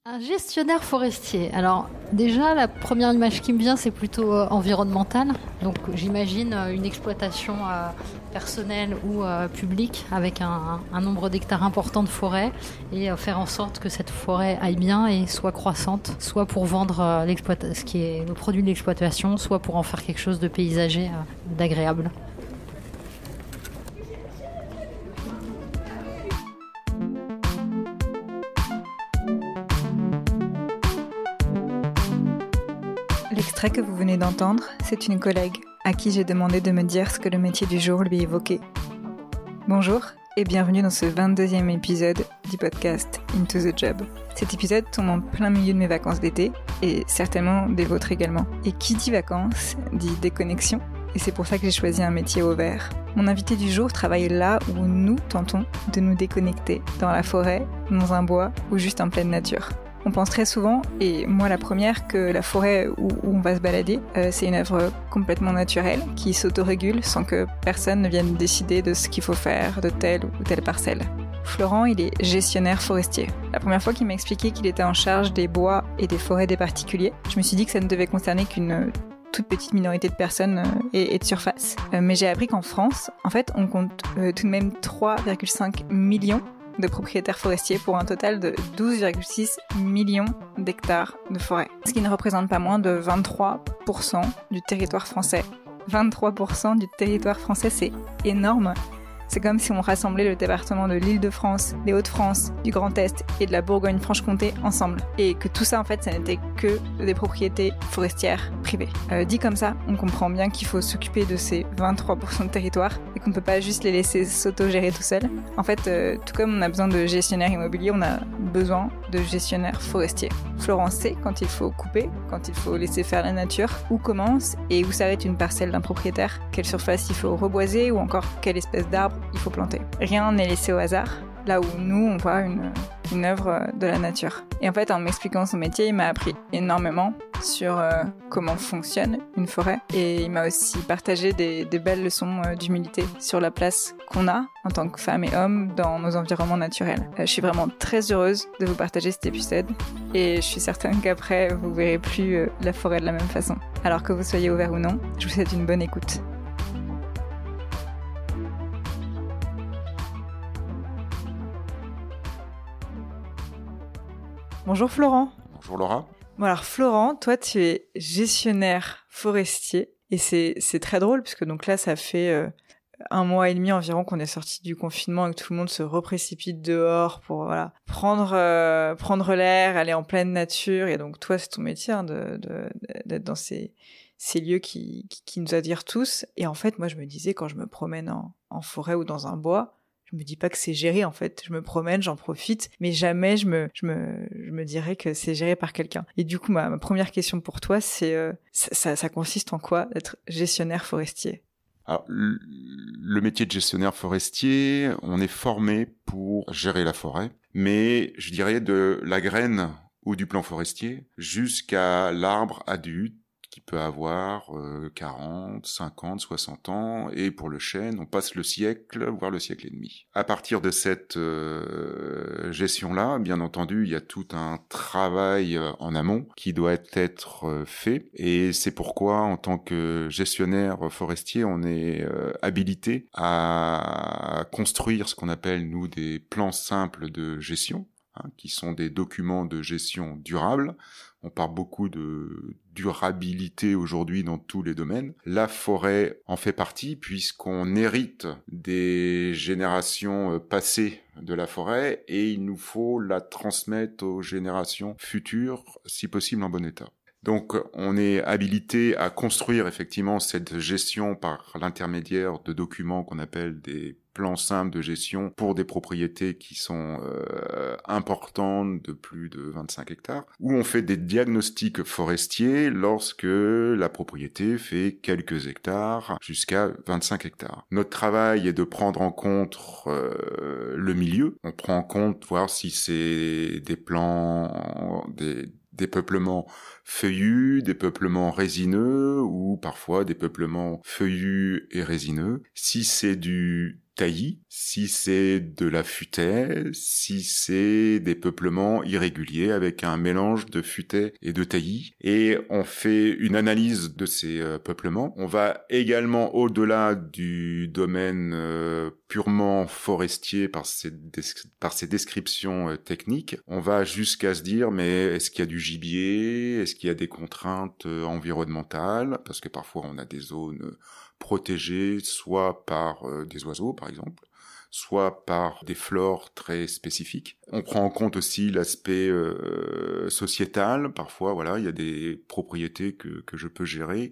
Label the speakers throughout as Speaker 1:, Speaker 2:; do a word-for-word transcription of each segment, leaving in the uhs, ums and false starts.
Speaker 1: Un gestionnaire forestier. Alors déjà, la première image qui me vient, c'est plutôt euh, environnementale. Donc j'imagine euh, une exploitation euh, personnelle ou euh, publique avec un, un nombre d'hectares important de forêt et euh, faire en sorte que cette forêt aille bien et soit croissante, soit pour vendre euh, l'exploita- ce qui est le produit de l'exploitation, soit pour en faire quelque chose de paysager, euh, d'agréable.
Speaker 2: L'extrait que vous venez d'entendre, c'est une collègue à qui j'ai demandé de me dire ce que le métier du jour lui évoquait. Bonjour et bienvenue dans ce vingt-deuxième épisode du podcast Into the Job. Cet épisode tombe en plein milieu de mes vacances d'été et certainement des vôtres également. Et qui dit vacances dit déconnexion et c'est pour ça que j'ai choisi un métier au vert. Mon invité du jour travaille là où nous tentons de nous déconnecter, dans la forêt, dans un bois ou juste en pleine nature. On pense très souvent, et moi la première, que la forêt où, où on va se balader, euh, c'est une œuvre complètement naturelle qui s'autorégule sans que personne ne vienne décider de ce qu'il faut faire de telle ou telle parcelle. Florent, il est gestionnaire forestier. La première fois qu'il m'a expliqué qu'il était en charge des bois et des forêts des particuliers, je me suis dit que ça ne devait concerner qu'une toute petite minorité de personnes euh, et, et de surface. Euh, mais j'ai appris qu'en France, en fait, on compte euh, tout de même trois virgule cinq millions de propriétaires forestiers pour un total de douze virgule six millions d'hectares de forêt. Ce qui ne représente pas moins de vingt-trois pour cent du territoire français. vingt-trois pour cent du territoire français, c'est énorme. C'est comme si on rassemblait le département de l'Île-de-France, des Hauts-de-France, du Grand Est et de la Bourgogne-Franche-Comté ensemble. Et que tout ça, en fait, ça n'était que des propriétés forestières privées. Euh, dit comme ça, on comprend bien qu'il faut s'occuper de ces vingt-trois pour cent de territoire et qu'on ne peut pas juste les laisser s'auto-gérer tout seul. En fait, euh, tout comme on a besoin de gestionnaires immobiliers, on a besoin de gestionnaires forestiers. Florent sait quand il faut couper, quand il faut laisser faire la nature, où commence et où s'arrête une parcelle d'un propriétaire, quelle surface il faut reboiser ou encore quelle espèce d'arbre il faut planter. Rien n'est laissé au hasard, là où nous, on voit une, une œuvre de la nature. Et en fait, en m'expliquant son métier, il m'a appris énormément sur euh, comment fonctionne une forêt. Et il m'a aussi partagé des, des belles leçons euh, d'humilité sur la place qu'on a en tant que femmes et hommes dans nos environnements naturels. Euh, je suis vraiment très heureuse de vous partager cet épisode. Et je suis certaine qu'après, vous verrez plus euh, la forêt de la même façon. Alors que vous soyez ouvert ou non, je vous souhaite une bonne écoute. Bonjour Florent.
Speaker 3: Bonjour Laura.
Speaker 2: Bon alors Florent, toi tu es gestionnaire forestier et c'est c'est très drôle puisque donc là ça fait euh, un mois et demi environ qu'on est sorti du confinement et que tout le monde se reprécipite dehors pour voilà prendre euh, prendre l'air, aller en pleine nature et donc toi c'est ton métier hein, de, de d'être dans ces ces lieux qui, qui qui nous attirent tous et en fait moi je me disais quand je me promène en en forêt ou dans un bois, je me dis pas que c'est géré en fait, je me promène, j'en profite, mais jamais je me je me je me dirais que c'est géré par quelqu'un. Et du coup ma, ma première question pour toi c'est euh, ça, ça ça consiste en quoi d'être gestionnaire forestier?
Speaker 3: Alors, le métier de gestionnaire forestier, on est formé pour gérer la forêt, mais je dirais de la graine ou du plan forestier jusqu'à l'arbre adulte qui peut avoir euh, quarante, cinquante, soixante ans, et pour le chêne, on passe le siècle, voire le siècle et demi. À partir de cette euh, gestion-là, bien entendu, il y a tout un travail euh, en amont qui doit être euh, fait, et c'est pourquoi, en tant que gestionnaire forestier, on est euh, habilité à construire ce qu'on appelle, nous, des plans simples de gestion, hein, qui sont des documents de gestion durable. On parle beaucoup de durabilité aujourd'hui dans tous les domaines. La forêt en fait partie puisqu'on hérite des générations passées de la forêt et il nous faut la transmettre aux générations futures, si possible en bon état. Donc, on est habilité à construire effectivement cette gestion par l'intermédiaire de documents qu'on appelle des plans simples de gestion pour des propriétés qui sont euh, importantes de plus de vingt-cinq hectares, où on fait des diagnostics forestiers lorsque la propriété fait quelques hectares jusqu'à vingt-cinq hectares. Notre travail est de prendre en compte euh, le milieu. On prend en compte voir si c'est des plans, des des peuplements feuillus, des peuplements résineux ou parfois des peuplements feuillus et résineux. Si c'est du taillis, si c'est de la futaie, si c'est des peuplements irréguliers avec un mélange de futaie et de taillis. Et on fait une analyse de ces euh, peuplements. On va également au-delà du domaine euh, purement forestier par ces, des- par ces descriptions euh, techniques. On va jusqu'à se dire, mais est-ce qu'il y a du gibier? Est-ce qu'il y a des contraintes euh, environnementales? Parce que parfois on a des zones euh, protégées, soit par euh, des oiseaux par exemple, soit par des flores très spécifiques. On prend en compte aussi l'aspect euh, sociétal. Parfois, voilà, il y a des propriétés que, que je peux gérer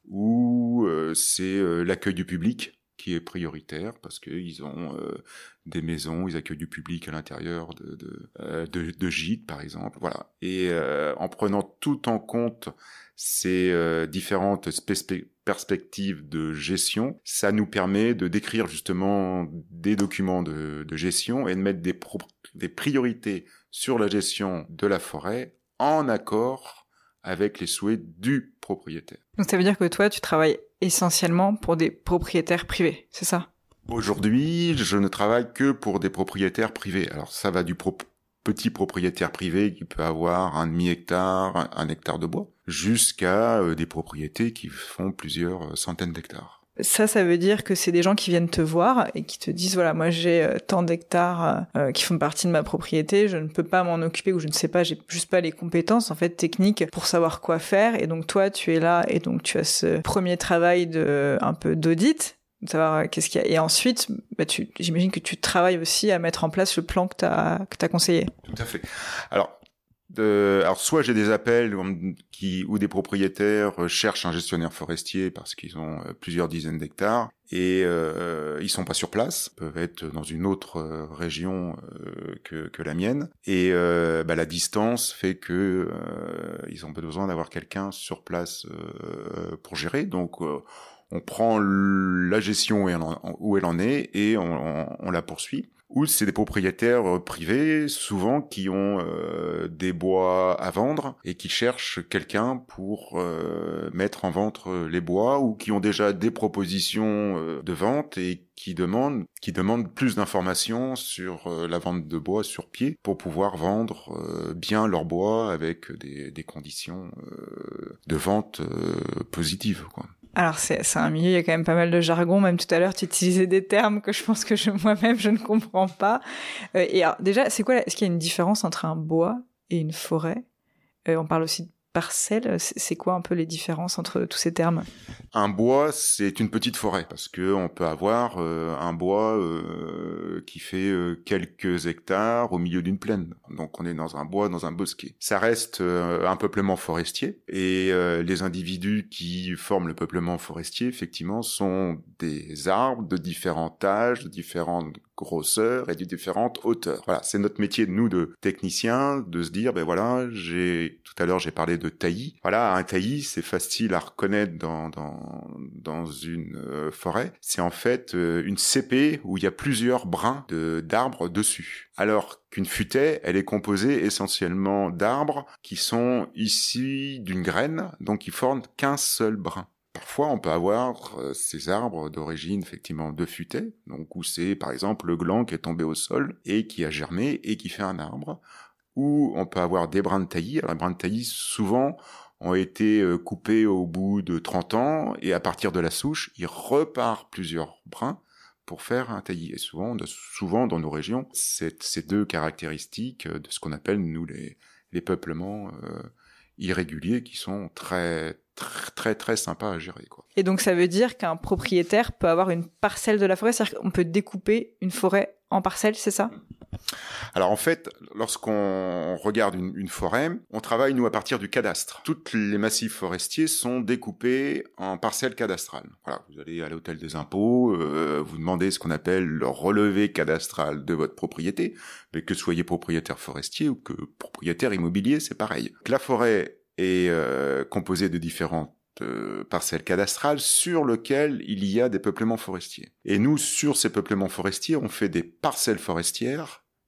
Speaker 3: où euh, c'est euh, l'accueil du public qui est prioritaire parce qu'ils ont euh, des maisons, ils accueillent du public à l'intérieur de, de, euh, de, de gîtes, par exemple. Voilà. Et euh, en prenant tout en compte ces euh, différentes spé- perspectives de gestion, ça nous permet de décrire justement des documents de, de gestion et de mettre des, pro- des priorités sur la gestion de la forêt en accord avec les souhaits du propriétaire.
Speaker 2: Donc ça veut dire que toi, tu travailles essentiellement pour des propriétaires privés, c'est ça?
Speaker 3: Aujourd'hui, je ne travaille que pour des propriétaires privés. Alors ça va du pro- petit propriétaire privé qui peut avoir un demi-hectare, un, un hectare de bois, jusqu'à euh, des propriétés qui font plusieurs centaines d'hectares.
Speaker 2: Ça, ça veut dire que c'est des gens qui viennent te voir et qui te disent, voilà, moi j'ai euh, tant d'hectares euh, qui font partie de ma propriété, je ne peux pas m'en occuper ou je ne sais pas, j'ai juste pas les compétences en fait techniques pour savoir quoi faire. Et donc toi, tu es là et donc tu as ce premier travail de un peu d'audit, de savoir qu'est-ce qu'il y a. Et ensuite, bah, tu, j'imagine que tu travailles aussi à mettre en place le plan que t'as que t'as conseillé.
Speaker 3: Tout à fait. Alors. De, alors soit j'ai des appels où, qui, où des propriétaires cherchent un gestionnaire forestier parce qu'ils ont plusieurs dizaines d'hectares et euh, ils sont pas sur place, ils peuvent être dans une autre euh, région euh, que, que la mienne et euh, bah, la distance fait que euh, ils ont besoin d'avoir quelqu'un sur place euh, pour gérer. Donc euh, on prend la gestion où elle en, où elle en est et on, on, on la poursuit. Ou c'est des propriétaires privés, souvent qui ont euh, des bois à vendre et qui cherchent quelqu'un pour euh, mettre en vente les bois, ou qui ont déjà des propositions euh, de vente et qui demandent qui demandent plus d'informations sur euh, la vente de bois sur pied pour pouvoir vendre euh, bien leur bois avec des, des conditions euh, de vente euh, positives, quoi.
Speaker 2: Alors c'est, c'est un milieu, il y a quand même pas mal de jargon. Même tout à l'heure, tu utilisais des termes que je pense que je, moi-même, je ne comprends pas. Euh, et alors, déjà, c'est quoi, est-ce qu'il y a une différence entre un bois et une forêt? euh, On parle aussi de parcelles. C'est, c'est quoi un peu les différences entre tous ces termes?
Speaker 3: Un bois, c'est une petite forêt, parce que on peut avoir euh, un bois euh, qui fait euh, quelques hectares au milieu d'une plaine. Donc on est dans un bois, dans un bosquet. Ça reste euh, un peuplement forestier, et euh, les individus qui forment le peuplement forestier, effectivement, sont des arbres de différents âges, de différentes grosseurs et de différentes hauteurs. Voilà, c'est notre métier, nous, de techniciens, de se dire, ben voilà, j'ai tout à l'heure j'ai parlé de taillis. Voilà, un taillis, c'est facile à reconnaître dans dans dans une euh, forêt. C'est en fait euh, une cépée où il y a plusieurs brins de d'arbres dessus. Alors qu'une futaie, elle est composée essentiellement d'arbres qui sont issus d'une graine, donc ils forment qu'un seul brin. Parfois, on peut avoir euh, ces arbres d'origine, effectivement, de futaie, donc où c'est, par exemple, le gland qui est tombé au sol et qui a germé et qui fait un arbre, ou on peut avoir des brins de taillis. Alors, les brins de taillis, souvent, ont été euh, coupés au bout de trente ans, et à partir de la souche, il repart plusieurs brins pour faire un taillis. Et souvent, on a souvent dans nos régions, c'est, ces deux caractéristiques de ce qu'on appelle, nous, les, les peuplements euh, irréguliers, qui sont très très très très sympa à gérer, quoi.
Speaker 2: Et donc ça veut dire qu'un propriétaire peut avoir une parcelle de la forêt, c'est-à-dire qu'on peut découper une forêt en parcelles, c'est ça?
Speaker 3: Alors en fait, lorsqu'on regarde une, une forêt, on travaille nous à partir du cadastre. Tous les massifs forestiers sont découpés en parcelles cadastrales. Voilà, vous allez à l'hôtel des impôts, euh, vous demandez ce qu'on appelle le relevé cadastral de votre propriété, mais que soyez propriétaire forestier ou que propriétaire immobilier, c'est pareil. La forêt est euh, composée de différentes euh, parcelles cadastrales sur lesquelles il y a des peuplements forestiers. Et nous, sur ces peuplements forestiers, on fait des parcelles forestières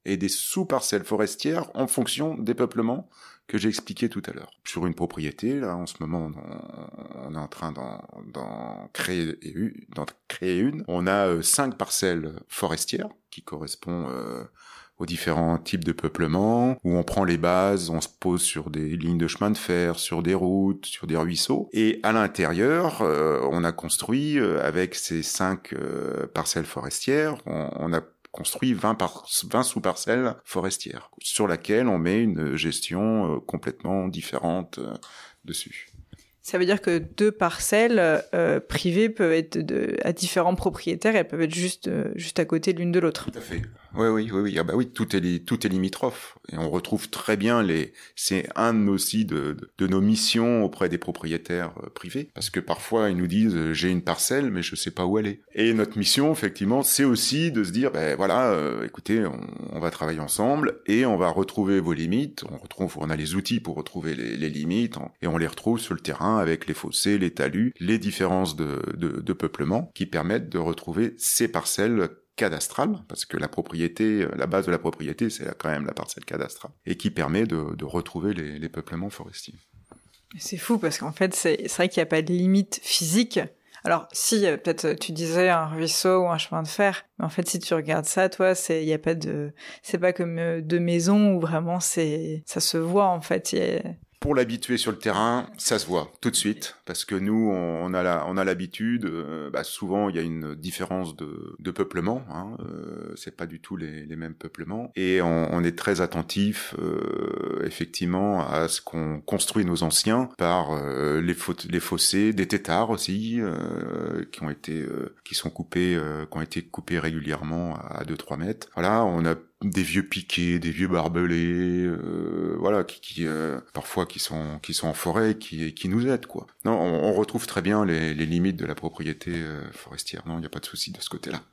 Speaker 3: et des sous-parcelles forestières en fonction des peuplements que j'ai expliqué tout à l'heure. Sur une propriété, là, en ce moment, on, on est en train d'en, d'en, créer, d'en créer une. On a euh, cinq parcelles forestières qui correspondent euh, aux différents types de peuplements, où on prend les bases, on se pose sur des lignes de chemin de fer, sur des routes, sur des ruisseaux. Et à l'intérieur, euh, on a construit, euh, avec ces cinq euh, parcelles forestières, on, on a construit vingt, par, vingt sous-parcelles forestières, sur laquelle on met une gestion euh, complètement différente euh, dessus.
Speaker 2: Ça veut dire que deux parcelles euh, privées peuvent être de, à différents propriétaires, elles peuvent être juste, euh, juste à côté l'une de l'autre.
Speaker 3: Tout à fait. Oui, oui, oui, oui. Ah bah oui, tout est, tout est limitrophe. Et on retrouve très bien les, c'est un aussi de, de, de nos missions auprès des propriétaires euh, privés. Parce que parfois, ils nous disent, euh, j'ai une parcelle, mais je sais pas où elle est. Et notre mission, effectivement, c'est aussi de se dire, ben voilà, euh, écoutez, on, on va travailler ensemble et on va retrouver vos limites. On retrouve, on a les outils pour retrouver les, les limites on, et on les retrouve sur le terrain avec les fossés, les talus, les différences de, de, de peuplement qui permettent de retrouver ces parcelles cadastrale, parce que la propriété, la base de la propriété, c'est quand même la parcelle cadastrale, et qui permet de, de retrouver les, les peuplements forestiers.
Speaker 2: C'est fou, parce qu'en fait, c'est, c'est vrai qu'il n'y a pas de limite physique. Alors, si, peut-être, tu disais un ruisseau ou un chemin de fer, mais en fait, si tu regardes ça, toi, c'est, il y a pas de, c'est pas comme deux maisons où vraiment c'est, ça se voit, en fait. Y a...
Speaker 3: Pour l'habitué sur le terrain, ça se voit tout de suite, parce que nous, on a la, on a l'habitude. Euh, bah souvent, il y a une différence de, de peuplement. Hein, euh, c'est pas du tout les, les mêmes peuplements, et on, on est très attentif, euh, effectivement, à ce qu'on construit nos anciens par euh, les, fo- les fossés, des têtards aussi, euh, qui ont été, euh, qui sont coupés, euh, qui ont été coupés régulièrement à deux trois mètres. Voilà, on a des vieux piquets, des vieux barbelés, euh, voilà, qui, qui euh, parfois qui sont qui sont en forêt, qui qui nous aident, quoi. Non, on, on retrouve très bien les, les limites de la propriété euh, forestière. Non, il n'y a pas de souci de ce côté-là.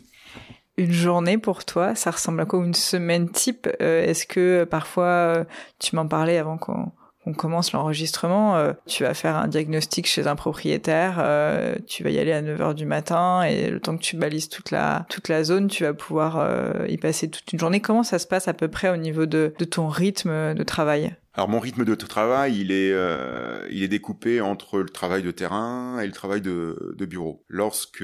Speaker 2: Une journée pour toi, ça ressemble à quoi? Une semaine type? euh, Est-ce que euh, parfois, euh, tu m'en parlais avant qu'on on commence l'enregistrement, euh, tu vas faire un diagnostic chez un propriétaire, euh, tu vas y aller à neuf heures du matin et le temps que tu balises toute la toute la zone, tu vas pouvoir euh, y passer toute une journée. Comment ça se passe à peu près au niveau de, de ton rythme de travail?
Speaker 3: Alors mon rythme de travail, il est, euh, il est découpé entre le travail de terrain et le travail de, de bureau. Lorsque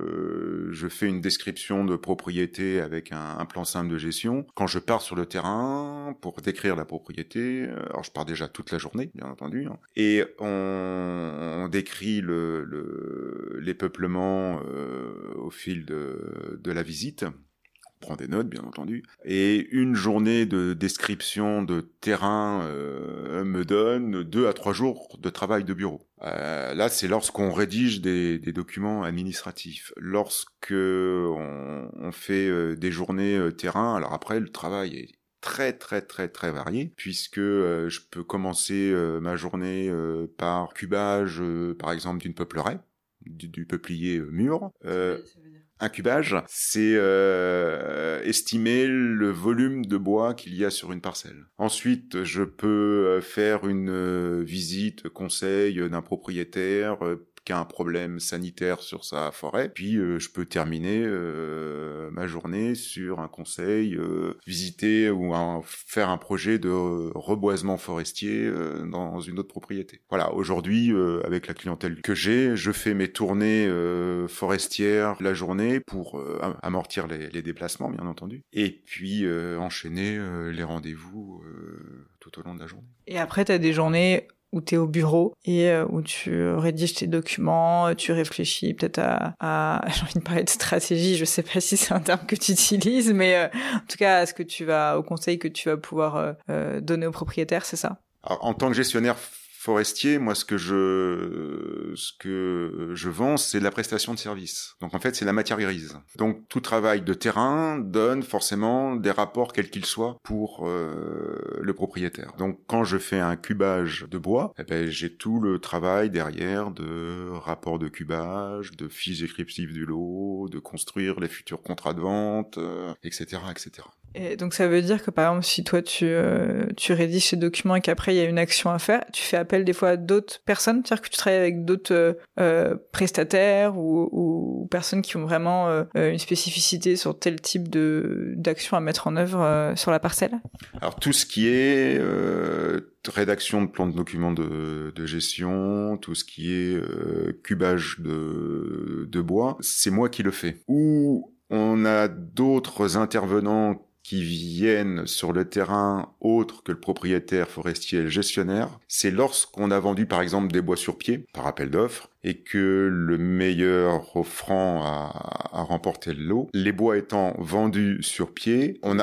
Speaker 3: je fais une description de propriété avec un, un plan simple de gestion, quand je pars sur le terrain pour décrire la propriété, alors je pars déjà toute la journée, bien entendu, hein, et on, on décrit le, le, les peuplements euh, au fil de, de la visite. Prend des notes, bien entendu, et une journée de description de terrain euh, me donne deux à trois jours de travail de bureau. Euh, là, c'est lorsqu'on rédige des, des documents administratifs, lorsque on, on fait euh, des journées euh, terrain. Alors après, le travail est très très très très varié, puisque euh, je peux commencer euh, ma journée euh, par cubage, euh, par exemple, d'une peupleraie, du, du peuplier euh, mûr. Euh, Un cubage, c'est euh, estimer le volume de bois qu'il y a sur une parcelle. Ensuite, je peux faire une euh, visite conseil d'un propriétaire euh, qui a un problème sanitaire sur sa forêt. Puis euh, je peux terminer euh, ma journée sur un conseil, euh, visiter ou un, faire un projet de reboisement forestier euh, dans une autre propriété. Voilà, aujourd'hui, euh, avec la clientèle que j'ai, je fais mes tournées euh, forestières la journée pour euh, amortir les, les déplacements, bien entendu, et puis euh, enchaîner euh, les rendez-vous euh, tout au long de la journée.
Speaker 2: Et après, tu as des journées où tu es au bureau et euh, où tu rédiges tes documents, tu réfléchis peut-être à, à... j'ai envie de parler de stratégie, je sais pas si c'est un terme que tu utilises, mais euh, en tout cas, à ce que tu vas, au conseil que tu vas pouvoir euh, euh, donner aux propriétaires, c'est ça?
Speaker 3: Alors, en tant que gestionnaire forestier, moi, ce que je, ce que je vends, c'est de la prestation de service. Donc, en fait, c'est la matière grise. Donc, tout travail de terrain donne forcément des rapports, quels qu'ils soient, pour euh, le propriétaire. Donc, quand je fais un cubage de bois, eh ben, j'ai tout le travail derrière de rapport de cubage, de fiches descriptives du lot, de construire les futurs contrats de vente, euh, et cetera, et cetera.
Speaker 2: Et donc ça veut dire que par exemple si toi tu euh, tu rédiges ces documents et qu'après il y a une action à faire, tu fais appel des fois à d'autres personnes, c'est-à-dire que tu travailles avec d'autres euh, euh, prestataires ou, ou personnes qui ont vraiment euh, une spécificité sur tel type de d'action à mettre en œuvre euh, sur la parcelle.
Speaker 3: Alors tout ce qui est euh, rédaction de plans de documents de, de gestion, tout ce qui est euh, cubage de, de bois, c'est moi qui le fais. Ou on a d'autres intervenants qui viennent sur le terrain autre que le propriétaire forestier et le gestionnaire. C'est lorsqu'on a vendu par exemple des bois sur pied par appel d'offres et que le meilleur offrant a, a remporté le lot. Les bois étant vendus sur pied, on a...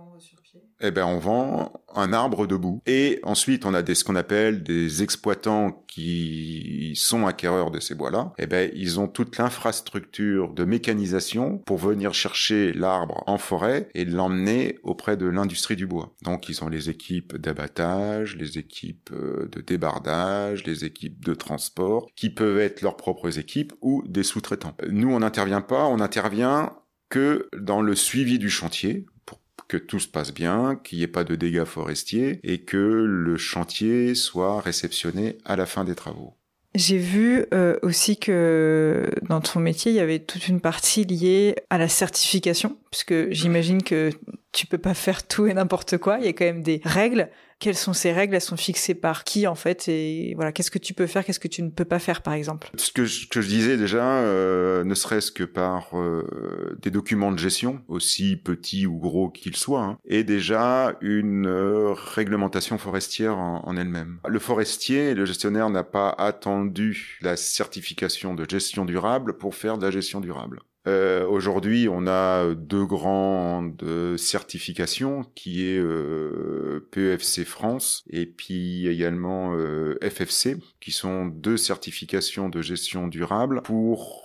Speaker 3: Eh ben, on vend un arbre debout. Et ensuite, on a des, ce qu'on appelle des exploitants qui sont acquéreurs de ces bois-là. Eh ben, ils ont toute l'infrastructure de mécanisation pour venir chercher l'arbre en forêt et l'emmener auprès de l'industrie du bois. Donc, ils ont les équipes d'abattage, les équipes de débardage, les équipes de transport, qui peuvent être leurs propres équipes ou des sous-traitants. Nous, on n'intervient pas, on intervient que dans le suivi du chantier, que tout se passe bien, qu'il n'y ait pas de dégâts forestiers et que le chantier soit réceptionné à la fin des travaux.
Speaker 2: J'ai vu euh, aussi que dans ton métier, il y avait toute une partie liée à la certification, puisque j'imagine que tu peux pas faire tout et n'importe quoi, il y a quand même des règles. Quelles sont ces règles? Elles sont fixées par qui, en fait? Et voilà, qu'est-ce que tu peux faire, qu'est-ce que tu ne peux pas faire, par exemple?
Speaker 3: Ce que je, que je disais déjà, euh, ne serait-ce que par euh, des documents de gestion, aussi petits ou gros qu'ils soient, hein, et déjà une euh, réglementation forestière en, en elle-même. Le forestier, le gestionnaire n'a pas attendu la certification de gestion durable pour faire de la gestion durable. Euh, aujourd'hui, on a deux grandes certifications, qui est euh, P E F C France et puis également euh, F F C, qui sont deux certifications de gestion durable pour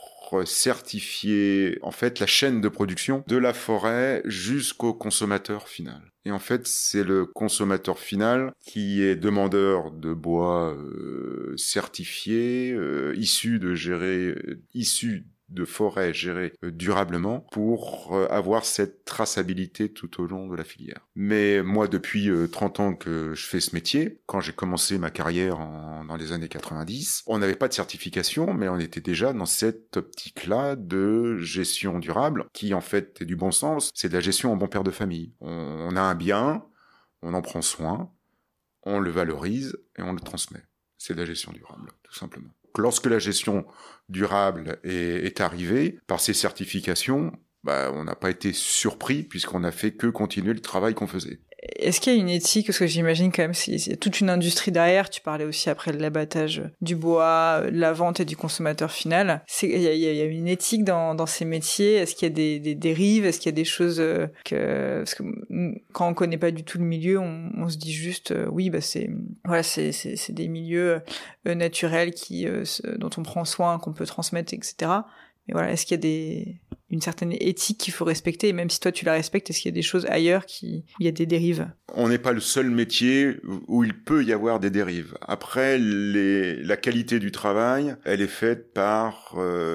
Speaker 3: certifier en fait la chaîne de production de la forêt jusqu'au consommateur final. Et en fait, c'est le consommateur final qui est demandeur de bois euh, certifié, euh, issu de gérer, euh, issu de forêts gérées durablement pour avoir cette traçabilité tout au long de la filière. Mais moi, depuis trente ans que je fais ce métier, quand j'ai commencé ma carrière en, dans les années quatre-vingt-dix, on n'avait pas de certification, mais on était déjà dans cette optique-là de gestion durable, qui en fait est du bon sens, c'est de la gestion en bon père de famille. On, on a un bien, on en prend soin, on le valorise et on le transmet. C'est de la gestion durable, tout simplement. Lorsque la gestion durable est, est arrivée, par ces certifications, bah, on n'a pas été surpris puisqu'on a fait que continuer le travail qu'on faisait.
Speaker 2: Est-ce qu'il y a une éthique? Parce que j'imagine quand même s'il y a toute une industrie derrière. Tu parlais aussi après de l'abattage du bois, de la vente et du consommateur final. C'est, il y a, il y a une éthique dans, dans ces métiers. Est-ce qu'il y a des, des dérives? Est-ce qu'il y a des choses que, parce que quand on connaît pas du tout le milieu, on, on se dit juste, euh, oui, bah c'est, voilà, c'est, c'est, c'est des milieux euh, naturels qui, euh, dont on prend soin, qu'on peut transmettre, et cetera. Mais voilà, est-ce qu'il y a des, une certaine éthique qu'il faut respecter? Et même si toi tu la respectes, est-ce qu'il y a des choses ailleurs qui, il y a des dérives?
Speaker 3: On n'est pas le seul métier où il peut y avoir des dérives. Après, les, la qualité du travail, elle est faite par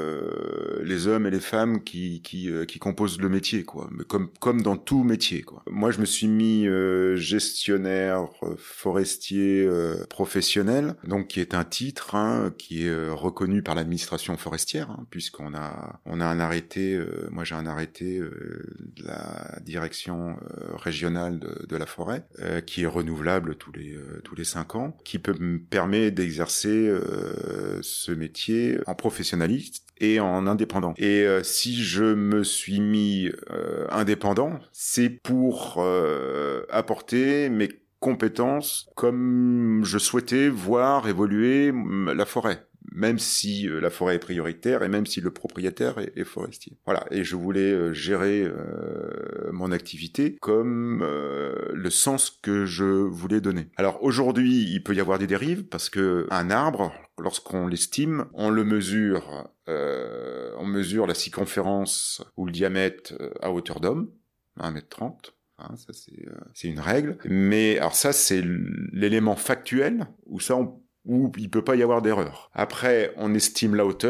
Speaker 3: euh, les hommes et les femmes qui, qui, euh, qui composent le métier, quoi. Mais comme, comme dans tout métier, quoi. Moi, je me suis mis euh, gestionnaire forestier euh, professionnel, donc qui est un titre hein, qui est euh, reconnu par l'administration forestière, hein, puisqu'on a, on a un arrêté. Euh, moi, j'ai un arrêté euh, de la direction euh, régionale de, de la forêt. Euh, qui est renouvelable tous les euh, tous les cinq ans, qui peut me permettre d'exercer euh, ce métier en professionnaliste et en indépendant. Et euh, si je me suis mis euh, indépendant, c'est pour euh, apporter mes compétences comme je souhaitais voir évoluer la forêt. Même si euh, la forêt est prioritaire et même si le propriétaire est, est forestier. Voilà, et je voulais euh, gérer euh, mon activité comme euh, le sens que je voulais donner. Alors aujourd'hui, il peut y avoir des dérives parce que un arbre, lorsqu'on l'estime, on le mesure, euh, on mesure la circonférence ou le diamètre à hauteur d'homme, un mètre trente. Hein, ça c'est, euh, c'est une règle. Mais alors ça c'est l'élément factuel où ça on où il peut pas y avoir d'erreur. Après, on estime la hauteur,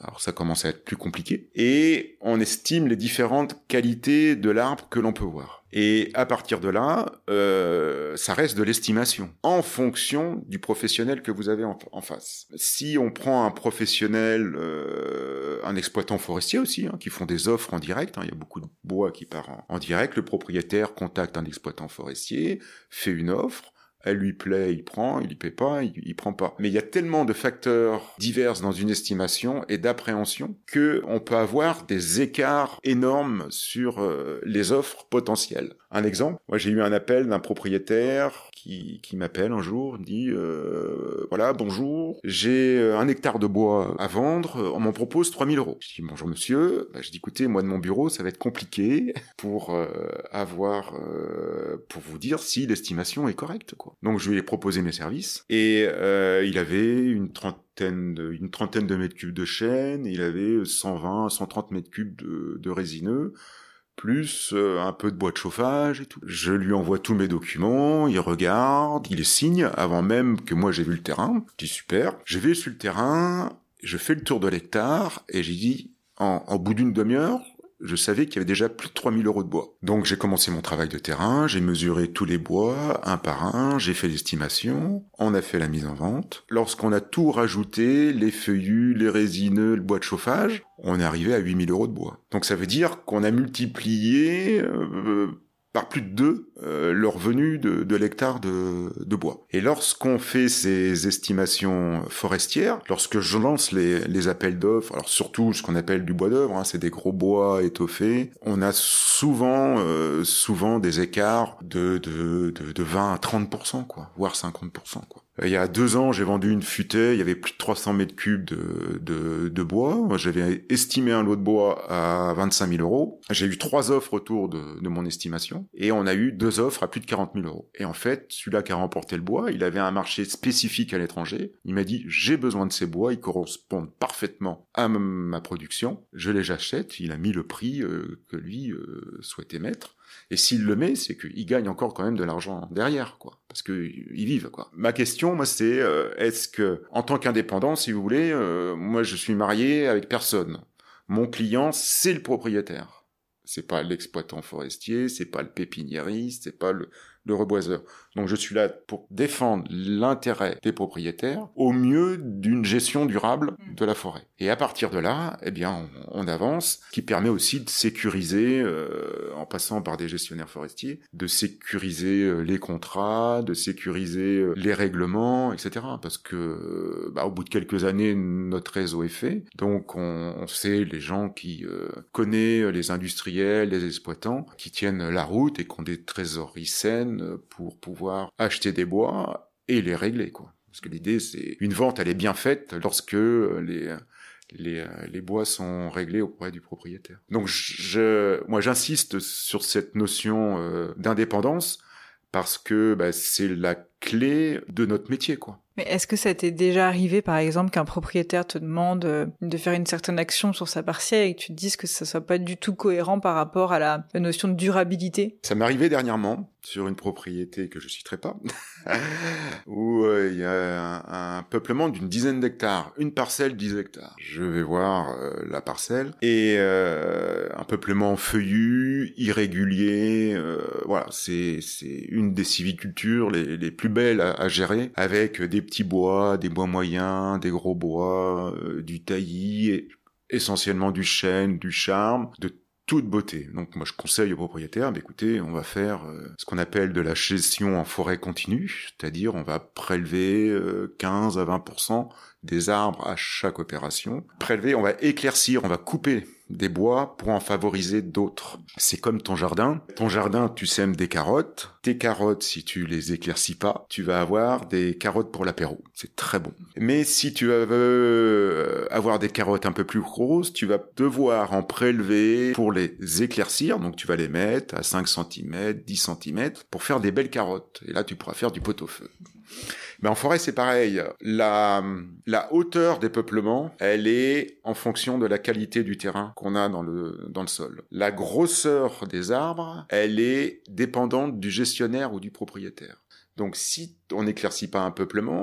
Speaker 3: Alors ça commence à être plus compliqué. Et on estime les différentes qualités de l'arbre que l'on peut voir. Et à partir de là, euh, ça reste de l'estimation, en fonction du professionnel que vous avez en, en face. Si on prend un professionnel, euh, un exploitant forestier aussi, hein, qui font des offres en direct, hein, il y a beaucoup de bois qui part en, en direct, le propriétaire contacte un exploitant forestier, fait une offre, elle lui plaît, il prend, il lui plaît pas, il, il prend pas. Mais il y a tellement de facteurs divers dans une estimation et d'appréhension que on peut avoir des écarts énormes sur euh, les offres potentielles. Un exemple, moi j'ai eu un appel d'un propriétaire qui, qui m'appelle un jour, dit euh, voilà, bonjour, j'ai un hectare de bois à vendre, on m'en propose trois mille euros. Je dis bonjour monsieur, bah, je dis écoutez, moi de mon bureau ça va être compliqué pour euh, avoir, euh, pour vous dire si l'estimation est correcte, quoi. Donc je lui ai proposé mes services et euh, il avait une trentaine de, une trentaine de mètres cubes de chêne, il avait cent vingt, cent trente mètres cubes de, de résineux, plus euh, un peu de bois de chauffage et tout. Je lui envoie tous mes documents, il regarde, il les signe avant même que moi j'ai vu le terrain. Je dis super. Je vais sur le terrain, je fais le tour de l'hectare et j'ai dit en, en bout d'une demi-heure, je savais qu'il y avait déjà plus de trois mille euros de bois. Donc j'ai commencé mon travail de terrain, j'ai mesuré tous les bois, un par un, j'ai fait l'estimation, on a fait la mise en vente. Lorsqu'on a tout rajouté, les feuillus, les résineux, le bois de chauffage, on est arrivé à huit mille euros de bois. Donc ça veut dire qu'on a multiplié euh, par plus de deux euh, le revenu de, de l'hectare de, de bois. Et lorsqu'on fait ces estimations forestières, lorsque je lance les, les appels d'offres, alors surtout ce qu'on appelle du bois d'œuvre, hein, c'est des gros bois étoffés, on a souvent euh, souvent des écarts de, de, de, de vingt à trente pour cent, quoi, voire cinquante pour cent, quoi. Il y a deux ans, j'ai vendu une futaie, il y avait plus de trois cents mètres cubes de, de, de bois. Moi, j'avais estimé un lot de bois à vingt-cinq mille euros. J'ai eu trois offres autour de, de mon estimation. Et on a eu deux offres à plus de quarante mille euros. Et en fait, celui-là qui a remporté le bois, il avait un marché spécifique à l'étranger. Il m'a dit, j'ai besoin de ces bois, ils correspondent parfaitement à m- ma production. Je les achète. Il a mis le prix euh, que lui euh, souhaitait mettre. Et s'il le met, c'est qu'il gagne encore quand même de l'argent derrière, quoi. Parce que ils vivent, quoi. Ma question, moi, c'est euh, est-ce que, en tant qu'indépendant, si vous voulez, euh, moi, je suis marié avec personne. Mon client, c'est le propriétaire. C'est pas l'exploitant forestier, c'est pas le pépiniériste, c'est pas le, le reboiseur. Donc, je suis là pour défendre l'intérêt des propriétaires au mieux d'une gestion durable de la forêt. Et à partir de là, eh bien, on, on avance, qui permet aussi de sécuriser, euh, en passant par des gestionnaires forestiers, de sécuriser euh, les contrats, de sécuriser euh, les règlements, et cetera. Parce que, bah, au bout de quelques années, notre réseau est fait. Donc, on, on sait les gens qui euh, connaissent les industriels, les exploitants, qui tiennent la route et qui ont des trésoreries saines pour pouvoir acheter des bois et les régler, quoi. Parce que l'idée, c'est une vente, elle est bien faite lorsque les les les bois sont réglés auprès du propriétaire. Donc je moi j'insiste sur cette notion euh, d'indépendance parce que bah, c'est la clé de notre métier, quoi.
Speaker 2: Mais est-ce que ça t'est déjà arrivé, par exemple, qu'un propriétaire te demande de faire une certaine action sur sa parcelle et que tu te dises que ça soit pas du tout cohérent par rapport à la, la notion de durabilité?
Speaker 3: Ça m'est arrivé dernièrement sur une propriété que je citerai pas, où il euh, y a un, un peuplement d'une dizaine d'hectares, une parcelle dix hectares. Je vais voir euh, la parcelle et euh, un peuplement feuillu, irrégulier. Euh, voilà, c'est c'est une des sylvicultures les, les plus belles à, à gérer, avec des petits bois, des bois moyens, des gros bois, euh, du taillis, et essentiellement du chêne, du charme, de toute beauté. Donc moi je conseille aux propriétaires, bah, écoutez, on va faire euh, ce qu'on appelle de la gestion en forêt continue, c'est-à-dire on va prélever euh, quinze à vingt pour cent des arbres à chaque opération. Prélever, on va éclaircir, on va couper des bois pour en favoriser d'autres. C'est comme ton jardin. Ton jardin, tu sèmes des carottes. Tes carottes, si tu les éclaircis pas, tu vas avoir des carottes pour l'apéro. C'est très bon. Mais si tu veux avoir des carottes un peu plus grosses, tu vas devoir en prélever pour les éclaircir. Donc tu vas les mettre à cinq centimètres, dix centimètres pour faire des belles carottes. Et là, tu pourras faire du pot-au-feu. Mais en forêt, c'est pareil. La, la hauteur des peuplements, elle est en fonction de la qualité du terrain qu'on a dans le, dans le sol. La grosseur des arbres, elle est dépendante du gestionnaire ou du propriétaire. Donc, si on n'éclaircit pas un peuplement,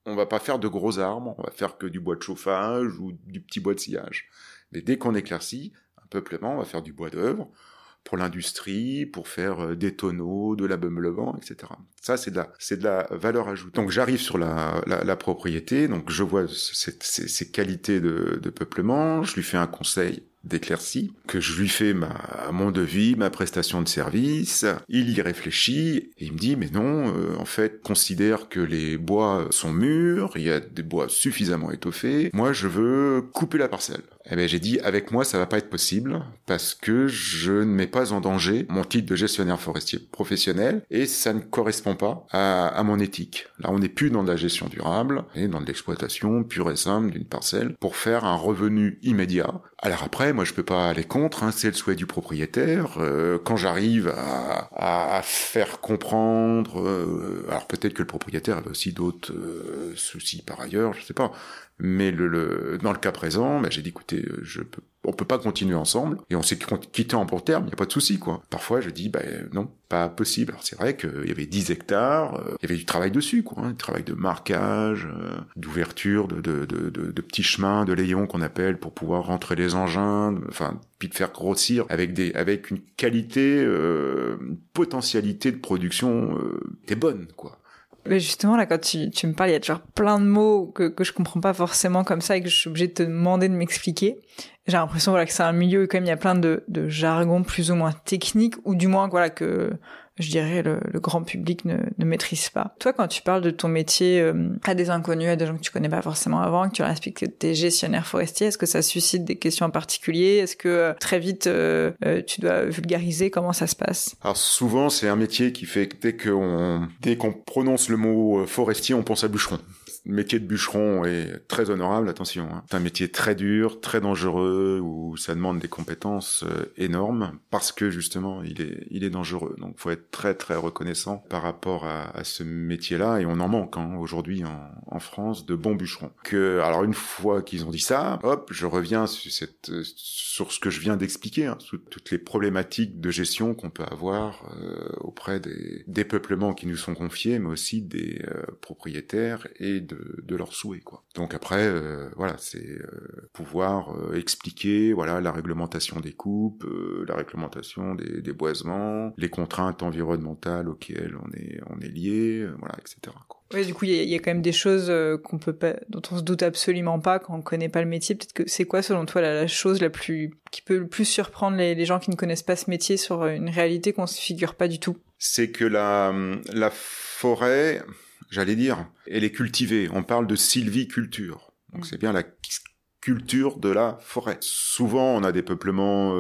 Speaker 3: on va pas faire de gros arbres, on va faire que du bois de chauffage ou du petit bois de sciage. Mais dès qu'on éclaircit un peuplement, on va faire du bois d'œuvre pour l'industrie, pour faire des tonneaux, de l'ameublement, et cetera. Ça, c'est de la, c'est de la valeur ajoutée. Donc, j'arrive sur la, la, la propriété, donc je vois ces, ces, ces qualités de, de peuplement, je lui fais un conseil d'éclaircie, que je lui fais ma, mon devis, ma prestation de service, il y réfléchit, et il me dit, mais non, euh, en fait, considère que les bois sont mûrs, il y a des bois suffisamment étoffés, moi je veux couper la parcelle. Eh ben j'ai dit, avec moi ça va pas être possible, parce que je ne mets pas en danger mon titre de gestionnaire forestier professionnel, et ça ne correspond pas à, à mon éthique. Là on n'est plus dans de la gestion durable, et dans de l'exploitation pure et simple d'une parcelle, pour faire un revenu immédiat. Alors après, moi je peux pas aller contre, hein, c'est le souhait du propriétaire. Euh, quand j'arrive à, à, à faire comprendre, euh, alors peut-être que le propriétaire avait aussi d'autres euh, soucis par ailleurs, je sais pas. Mais le, le dans le cas présent, bah, j'ai dit écoutez, je peux, on peut pas continuer ensemble et on s'est quitté en bon terme, il y a pas de souci quoi. Parfois je dis bah non, pas possible. Alors c'est vrai qu'il y avait dix hectares, euh, il y avait du travail dessus quoi, hein, du travail de marquage, euh, d'ouverture de de, de de de petits chemins, de layons qu'on appelle pour pouvoir rentrer les engins, de, enfin puis de faire grossir avec des avec une qualité, euh, une potentialité de production euh, des bonnes quoi.
Speaker 2: Mais justement, là, quand tu, tu me parles, il y a toujours plein de mots que, que je comprends pas forcément comme ça et que je suis obligée de te demander de m'expliquer. J'ai l'impression, voilà, que c'est un milieu où quand même il y a plein de, de jargon plus ou moins technique, ou du moins, voilà, que, je dirais, le, le grand public ne, ne maîtrise pas. Toi, quand tu parles de ton métier euh, à des inconnus, à des gens que tu connais pas forcément avant, que tu leur expliques que t'es gestionnaire forestier, est-ce que ça suscite des questions en particulier? Est-ce que euh, très vite, euh, euh, tu dois vulgariser? Comment ça se passe?
Speaker 3: Alors souvent, c'est un métier qui fait que dès qu'on, dès qu'on prononce le mot forestier, on pense à bûcheron. Le métier de bûcheron est très honorable, attention. Hein. C'est un métier très dur, très dangereux, où ça demande des compétences euh, énormes, parce que justement, il est, il est dangereux. Donc, faut être très, très reconnaissant par rapport à, à ce métier-là, et on en manque hein, aujourd'hui en, en France de bons bûcherons. Que, alors, une fois qu'ils ont dit ça, hop, je reviens sur, cette, sur ce que je viens d'expliquer, hein, sur toutes les problématiques de gestion qu'on peut avoir euh, auprès des, des peuplements qui nous sont confiés, mais aussi des euh, propriétaires et de De, de leurs souhaits quoi. Donc après euh, voilà, c'est euh, pouvoir euh, expliquer voilà la réglementation des coupes, euh, la réglementation des, des boisements, les contraintes environnementales auxquelles on est on est lié, euh, voilà, et cetera quoi.
Speaker 2: Oui, du coup, il y, y a quand même des choses euh, qu'on peut pas, dont on se doute absolument pas quand on connaît pas le métier. Peut-être que c'est quoi, selon toi, la, la chose la plus qui peut le plus surprendre les, les gens qui ne connaissent pas ce métier sur une réalité qu'on se figure pas du tout? C'est
Speaker 3: que la la forêt, j'allais dire, elle est cultivée. On parle de sylviculture. Donc c'est bien la culture de la forêt. Souvent, on a des peuplements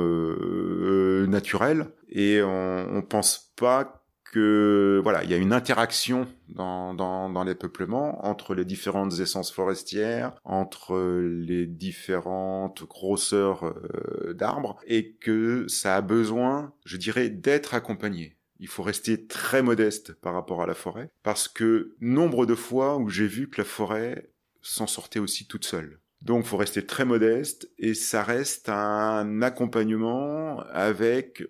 Speaker 3: euh, naturels et on, on pense pas que voilà, il y a une interaction dans dans dans les peuplements entre les différentes essences forestières, entre les différentes grosseurs euh, d'arbres, et que ça a besoin, je dirais, d'être accompagné. Il faut rester très modeste par rapport à la forêt, parce que nombre de fois où j'ai vu que la forêt s'en sortait aussi toute seule. Donc, il faut rester très modeste, et ça reste un accompagnement avec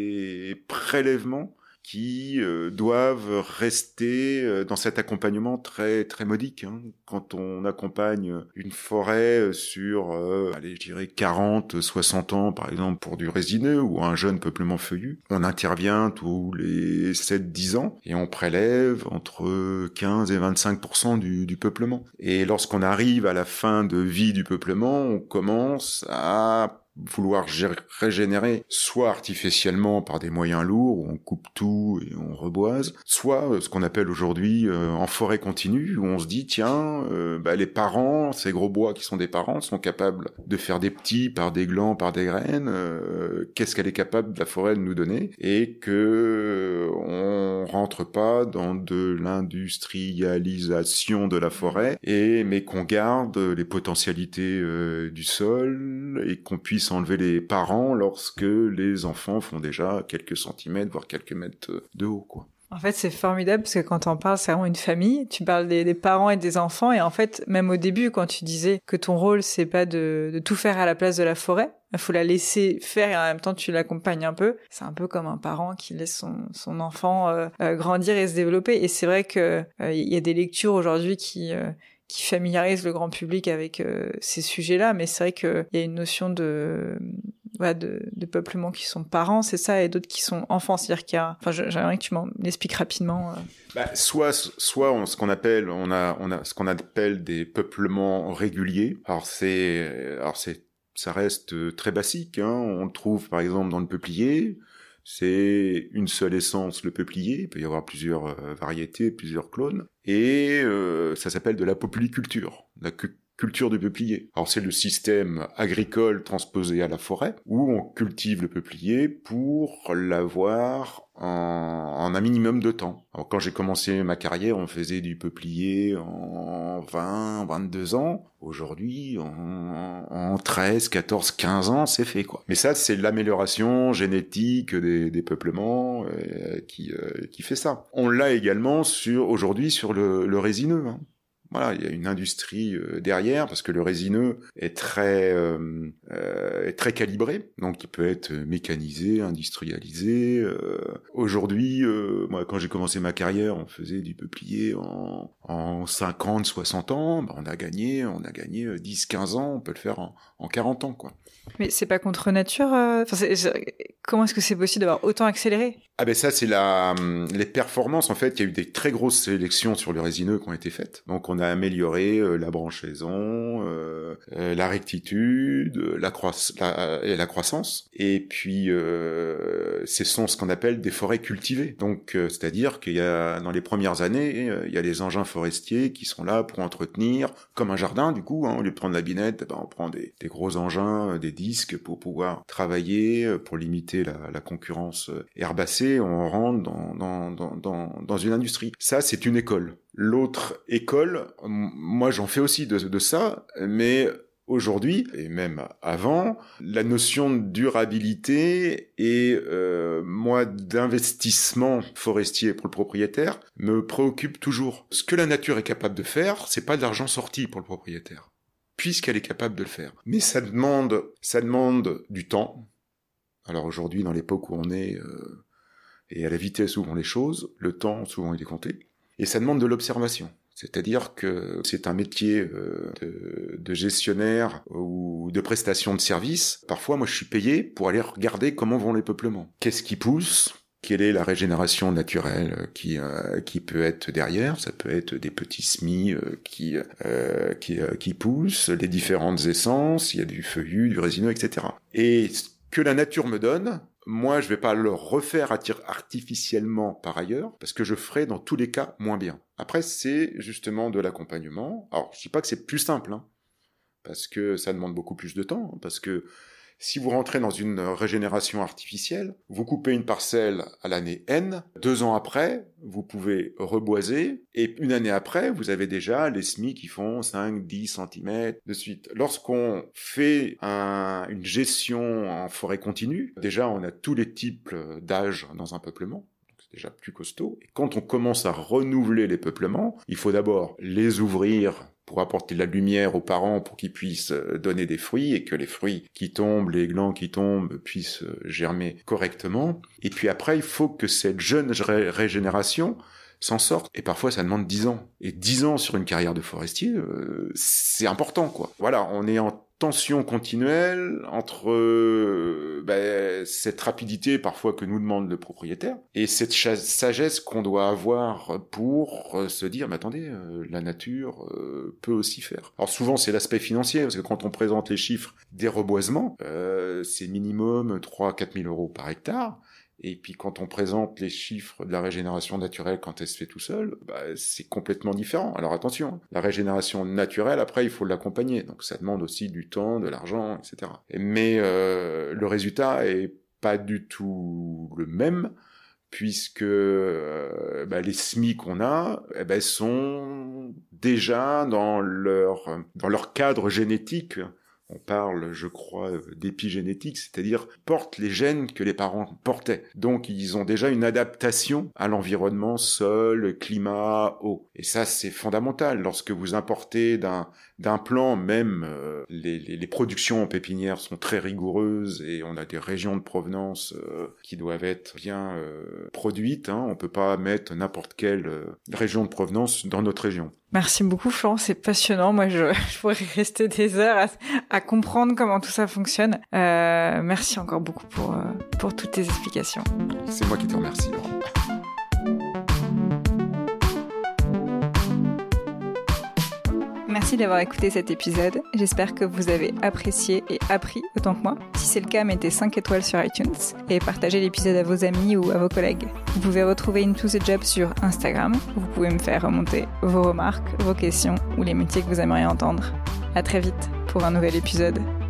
Speaker 3: des prélèvements qui euh, doivent rester euh, dans cet accompagnement très très modique. Hein. Quand on accompagne une forêt sur, euh, allez, je dirais quarante, soixante ans, par exemple, pour du résineux ou un jeune peuplement feuillu, on intervient tous les sept dix ans et on prélève entre quinze et vingt-cinq pour cent du, du peuplement. Et lorsqu'on arrive à la fin de vie du peuplement, on commence à vouloir régénérer, soit artificiellement par des moyens lourds, où on coupe tout et on reboise, soit euh, ce qu'on appelle aujourd'hui euh, en forêt continue, où on se dit, tiens, euh, bah, les parents, ces gros bois qui sont des parents, sont capables de faire des petits par des glands, par des graines, euh, qu'est-ce qu'elle est capable, la forêt, de nous donner, et que euh, on rentre pas dans de l'industrialisation de la forêt, et mais qu'on garde les potentialités euh, du sol, et qu'on puisse enlever les parents lorsque les enfants font déjà quelques centimètres, voire quelques mètres de haut, quoi.
Speaker 2: En fait, c'est formidable parce que quand on parle, c'est vraiment une famille. Tu parles des, des parents et des enfants, et en fait, même au début, quand tu disais que ton rôle, c'est pas de, de tout faire à la place de la forêt, il faut la laisser faire et en même temps tu l'accompagnes un peu. C'est un peu comme un parent qui laisse son, son enfant euh, euh, grandir et se développer. Et c'est vrai que euh, y a des lectures aujourd'hui qui euh, qui familiarise le grand public avec euh, ces sujets-là, mais c'est vrai qu'il y a une notion de, voilà, de, de peuplement qui sont parents, c'est ça, et d'autres qui sont enfants. C'est-à-dire qu'il y a, enfin, j'aimerais que tu m'en expliques rapidement. Euh.
Speaker 3: Bah, soit, soit on, ce qu'on appelle, on a, on a ce qu'on appelle des peuplements réguliers. Alors c'est, alors c'est, ça reste très basique. Hein. On le trouve par exemple dans le peuplier. C'est une seule essence, le peuplier. Il peut y avoir plusieurs euh, variétés, plusieurs clones. Et euh, ça s'appelle de la populiculture, la cu- culture du peuplier. Alors c'est le système agricole transposé à la forêt, où on cultive le peuplier pour l'avoir en, en un minimum de temps. Alors quand j'ai commencé ma carrière, on faisait du peuplier en vingt, vingt-deux ans. Aujourd'hui, en, en treize, quatorze, quinze ans, c'est fait, quoi. Mais ça, c'est l'amélioration génétique des, des peuplements euh, qui, euh, qui fait ça. On l'a également sur, aujourd'hui sur le, le résineux, hein. Voilà, il y a une industrie euh, derrière parce que le résineux est très euh, euh, est très calibré, donc il peut être mécanisé, industrialisé. Euh, aujourd'hui, euh, moi, quand j'ai commencé ma carrière, on faisait du peuplier en, en cinquante, soixante ans. Ben, on a gagné, on a gagné dix, quinze ans. On peut le faire en, en quarante ans, quoi.
Speaker 2: Mais c'est pas contre nature. Euh... Enfin, c'est, c'est... Comment est-ce que c'est possible d'avoir autant accéléré ?
Speaker 3: Ah ben ça, c'est la les performances. En fait, il y a eu des très grosses sélections sur le résineux qui ont été faites. Donc, on a amélioré euh, la branchaison, euh, euh, la rectitude, la, croiss- la, et la croissance. Et puis, euh, ce sont ce qu'on appelle des forêts cultivées. Donc, euh, c'est-à-dire qu'il y a dans les premières années, euh, il y a les engins forestiers qui sont là pour entretenir, comme un jardin. Du coup, hein, au lieu de prendre la binette, ben, on prend des, des gros engins, des disques pour pouvoir travailler, pour limiter la, la concurrence herbacée. On rentre dans, dans, dans, dans, dans une industrie. Ça, c'est une école. L'autre école, moi j'en fais aussi de, de ça, mais aujourd'hui, et même avant, la notion de durabilité et euh, moi d'investissement forestier pour le propriétaire me préoccupe toujours. Ce que la nature est capable de faire, c'est pas de l'argent sorti pour le propriétaire, puisqu'elle est capable de le faire. Mais ça demande, ça demande du temps. Alors aujourd'hui, dans l'époque où on est, euh, et à la vitesse où vont les choses, le temps, souvent, il est compté. Et ça demande de l'observation. C'est-à-dire que c'est un métier euh, de, de gestionnaire ou de prestation de service. Parfois, moi, je suis payé pour aller regarder comment vont les peuplements. Qu'est-ce qui pousse ? Quelle est la régénération naturelle qui euh, qui peut être derrière ? Ça peut être des petits semis euh, qui euh, qui euh, qui poussent, les différentes essences. Il y a du feuillu, du résineux, et cetera. Et ce que la nature me donne, moi, je vais pas le refaire artificiellement par ailleurs, parce que je ferai dans tous les cas moins bien. Après, c'est justement de l'accompagnement. Alors, je dis pas que c'est plus simple, hein, parce que ça demande beaucoup plus de temps, hein, parce que si vous rentrez dans une régénération artificielle, vous coupez une parcelle à l'année N, deux ans après, vous pouvez reboiser, et une année après, vous avez déjà les semis qui font cinq, dix centimètres de suite. Lorsqu'on fait un, une gestion en forêt continue, déjà on a tous les types d'âge dans un peuplement, c'est déjà plus costaud, et quand on commence à renouveler les peuplements, il faut d'abord les ouvrir pour apporter de la lumière aux parents pour qu'ils puissent donner des fruits et que les fruits qui tombent, les glands qui tombent puissent germer correctement. Et puis après, il faut que cette jeune ré- régénération s'en sorte. Et parfois, ça demande dix ans. Et dix ans sur une carrière de forestier, euh, c'est important, quoi. Voilà, on est en tension continuelle entre euh, ben, cette rapidité parfois que nous demande le propriétaire et cette cha- sagesse qu'on doit avoir pour euh, se dire mais attendez, euh, la nature euh, peut aussi faire. Alors souvent c'est l'aspect financier parce que quand on présente les chiffres des reboisements, euh, c'est minimum trois à quatre mille euros par hectare. Et puis quand on présente les chiffres de la régénération naturelle quand elle se fait tout seul, bah, c'est complètement différent. Alors attention, la régénération naturelle, après, il faut l'accompagner. Donc ça demande aussi du temps, de l'argent, et cetera. Mais euh, le résultat est pas du tout le même, puisque euh, bah, les semis qu'on a eh ben, sont déjà dans leur, dans leur cadre génétique. On parle, je crois, d'épigénétique, c'est-à-dire portent les gènes que les parents portaient. Donc, ils ont déjà une adaptation à l'environnement, sol, climat, eau. Et ça, c'est fondamental. Lorsque vous importez d'un, d'un plan, même euh, les, les, les productions en pépinière sont très rigoureuses et on a des régions de provenance euh, qui doivent être bien euh, produites. Hein. On peut pas mettre n'importe quelle euh, région de provenance dans notre région.
Speaker 2: Merci beaucoup Florence, c'est passionnant. Moi, je, je pourrais rester des heures à, à comprendre comment tout ça fonctionne. Euh, merci encore beaucoup pour, euh, pour toutes tes explications.
Speaker 3: C'est moi qui te remercie, Laurent.
Speaker 2: Merci d'avoir écouté cet épisode. J'espère que vous avez apprécié et appris autant que moi. Si c'est le cas, mettez cinq étoiles sur iTunes et partagez l'épisode à vos amis ou à vos collègues. Vous pouvez retrouver Into the Job sur Instagram. Vous pouvez me faire remonter vos remarques, vos questions ou les métiers que vous aimeriez entendre. À très vite pour un nouvel épisode.